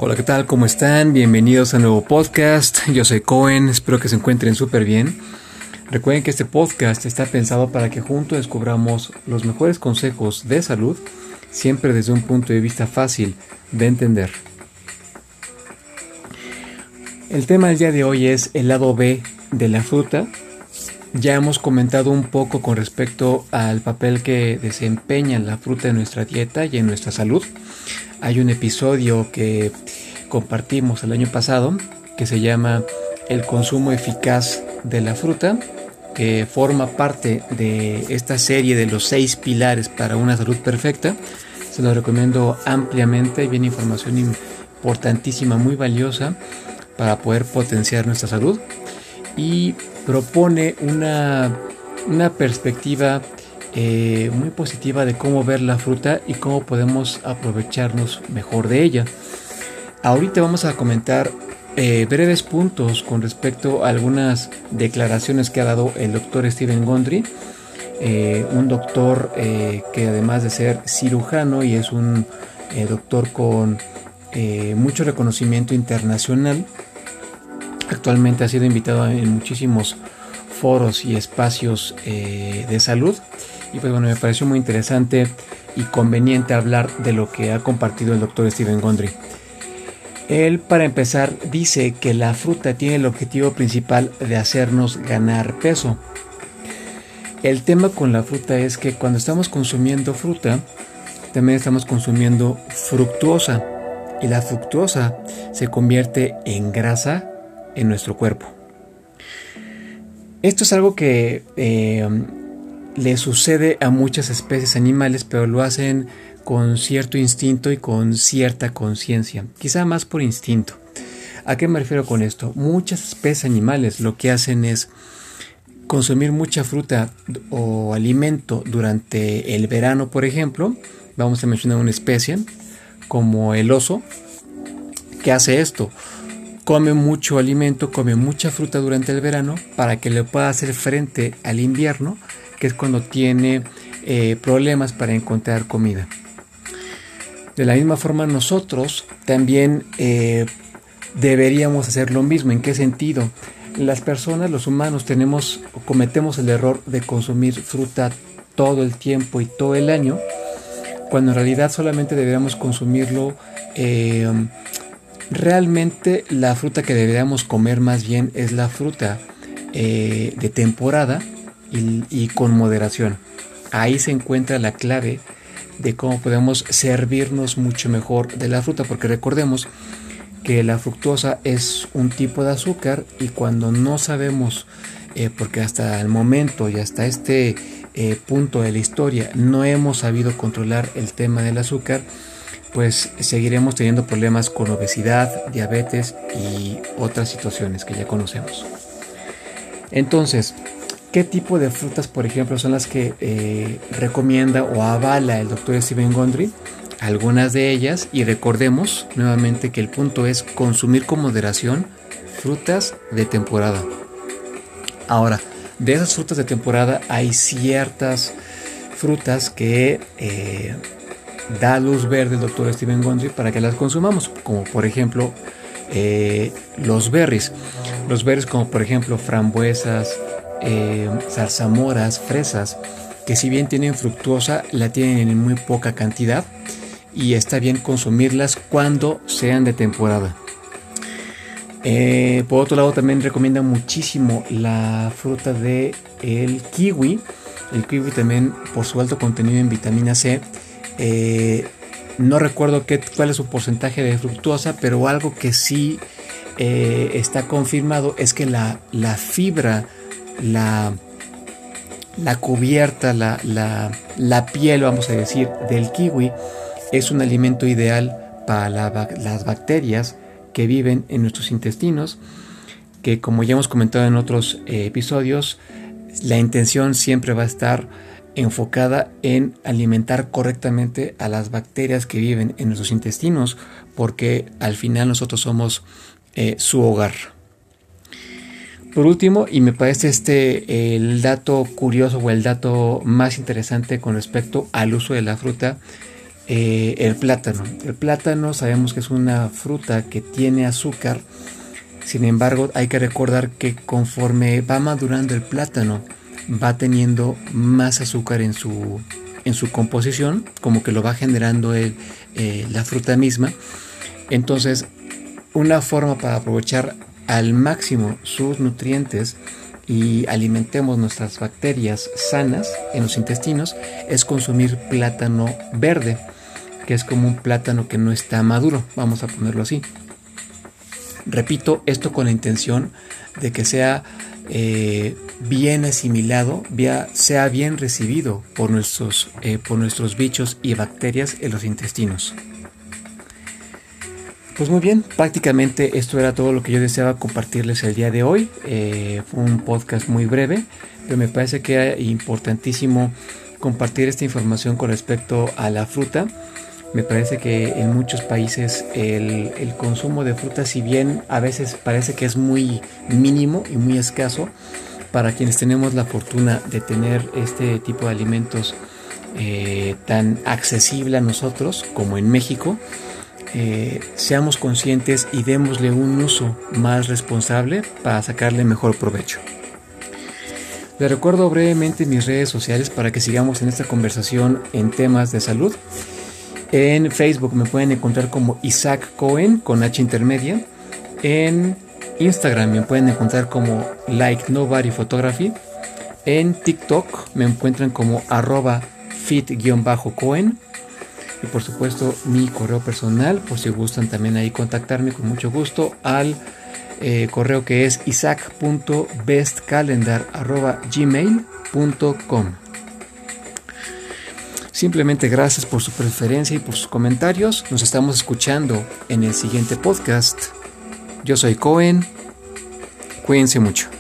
Hola, ¿qué tal? ¿Cómo están? Bienvenidos a un nuevo podcast. Yo soy Cohen, espero que se encuentren súper bien. Recuerden que este podcast está pensado para que juntos descubramos los mejores consejos de salud, siempre desde un punto de vista fácil de entender. El tema del día de hoy es el lado B de la fruta. Ya hemos comentado un poco con respecto al papel que desempeña la fruta en nuestra dieta y en nuestra salud. Hay un episodio que compartimos el año pasado que se llama El consumo eficaz de la fruta, que forma parte de esta serie de los 6 pilares para una salud perfecta. Se lo recomiendo ampliamente, viene información importantísima, muy valiosa para poder potenciar nuestra salud y propone una perspectiva muy positiva de cómo ver la fruta y cómo podemos aprovecharnos mejor de ella. Ahorita vamos a comentar breves puntos con respecto a algunas declaraciones que ha dado el doctor Stephen Gundry, un doctor que además de ser cirujano y es un doctor con mucho reconocimiento internacional. Actualmente ha sido invitado en muchísimos foros y espacios de salud. Y pues bueno, me pareció muy interesante y conveniente hablar de lo que ha compartido el doctor Stephen Gundry. Él, para empezar, dice que la fruta tiene el objetivo principal de hacernos ganar peso. El tema con la fruta es que cuando estamos consumiendo fruta, también estamos consumiendo fructuosa. Y la fructuosa se convierte en grasa en nuestro cuerpo. Esto es algo que le sucede a muchas especies animales, pero lo hacen con cierto instinto y con cierta conciencia, quizá más por instinto. ¿A qué me refiero con esto? Muchas especies animales lo que hacen es consumir mucha fruta o alimento durante el verano, por ejemplo. Vamos a mencionar una especie como el oso, que hace esto. Come mucho alimento, come mucha fruta durante el verano para que le pueda hacer frente al invierno, que es cuando tiene problemas para encontrar comida. De la misma forma nosotros también deberíamos hacer lo mismo. ¿En qué sentido? Las personas, los humanos, cometemos el error de consumir fruta todo el tiempo y todo el año, cuando en realidad solamente deberíamos consumirlo. Realmente la fruta que deberíamos comer más bien es la fruta de temporada y con moderación. Ahí se encuentra la clave de cómo podemos servirnos mucho mejor de la fruta, porque recordemos que la fructosa es un tipo de azúcar y cuando no sabemos, porque hasta el momento y hasta este punto de la historia no hemos sabido controlar el tema del azúcar, pues seguiremos teniendo problemas con obesidad, diabetes y otras situaciones que ya conocemos. Entonces, ¿qué tipo de frutas, por ejemplo, son las que recomienda o avala el doctor Stephen Gundry? Algunas de ellas, y recordemos nuevamente que el punto es consumir con moderación frutas de temporada. Ahora, de esas frutas de temporada hay ciertas frutas que da luz verde el doctor Stephen Gundry para que las consumamos, como por ejemplo los berries. Los berries como por ejemplo frambuesas, zarzamoras, fresas, que si bien tienen fructuosa, la tienen en muy poca cantidad y está bien consumirlas cuando sean de temporada. Por otro lado, también recomienda muchísimo la fruta de el kiwi. El kiwi también, por su alto contenido en vitamina C, no recuerdo cuál es su porcentaje de fructuosa, pero algo que sí está confirmado es que la fibra, la cubierta, la piel, vamos a decir, del kiwi es un alimento ideal para las bacterias que viven en nuestros intestinos, que como ya hemos comentado en otros episodios, la intención siempre va a estar enfocada en alimentar correctamente a las bacterias que viven en nuestros intestinos, porque al final nosotros somos su hogar. Por último, y me parece el dato curioso o el dato más interesante con respecto al uso de la fruta, el plátano. El plátano sabemos que es una fruta que tiene azúcar. Sin embargo, hay que recordar que conforme va madurando el plátano, va teniendo más azúcar en su composición, como que lo va generando la fruta misma. Entonces, una forma para aprovechar al máximo sus nutrientes y alimentemos nuestras bacterias sanas en los intestinos es consumir plátano verde, que es como un plátano que no está maduro, vamos a ponerlo así. Repito, esto con la intención de que sea bien asimilado, sea bien recibido por nuestros bichos y bacterias en los intestinos. Pues muy bien, prácticamente esto era todo lo que yo deseaba compartirles el día de hoy. Fue un podcast muy breve, pero me parece que era importantísimo compartir esta información con respecto a la fruta. Me parece que en muchos países el consumo de fruta, si bien a veces parece que es muy mínimo y muy escaso, para quienes tenemos la fortuna de tener este tipo de alimentos tan accesible a nosotros como en México, seamos conscientes y démosle un uso más responsable para sacarle mejor provecho. Les recuerdo brevemente mis redes sociales para que sigamos en esta conversación en temas de salud. En Facebook me pueden encontrar como Isaac Cohen con H intermedia. En Instagram me pueden encontrar como Like Nobody Photography. En TikTok me encuentran como @fit_Cohen. Y por supuesto mi correo personal, por si gustan también ahí contactarme con mucho gusto al correo que es isaac.bestcalendar@gmail.com. Simplemente gracias por su preferencia y por sus comentarios. Nos estamos escuchando en el siguiente podcast. Yo soy Cohen. Cuídense mucho.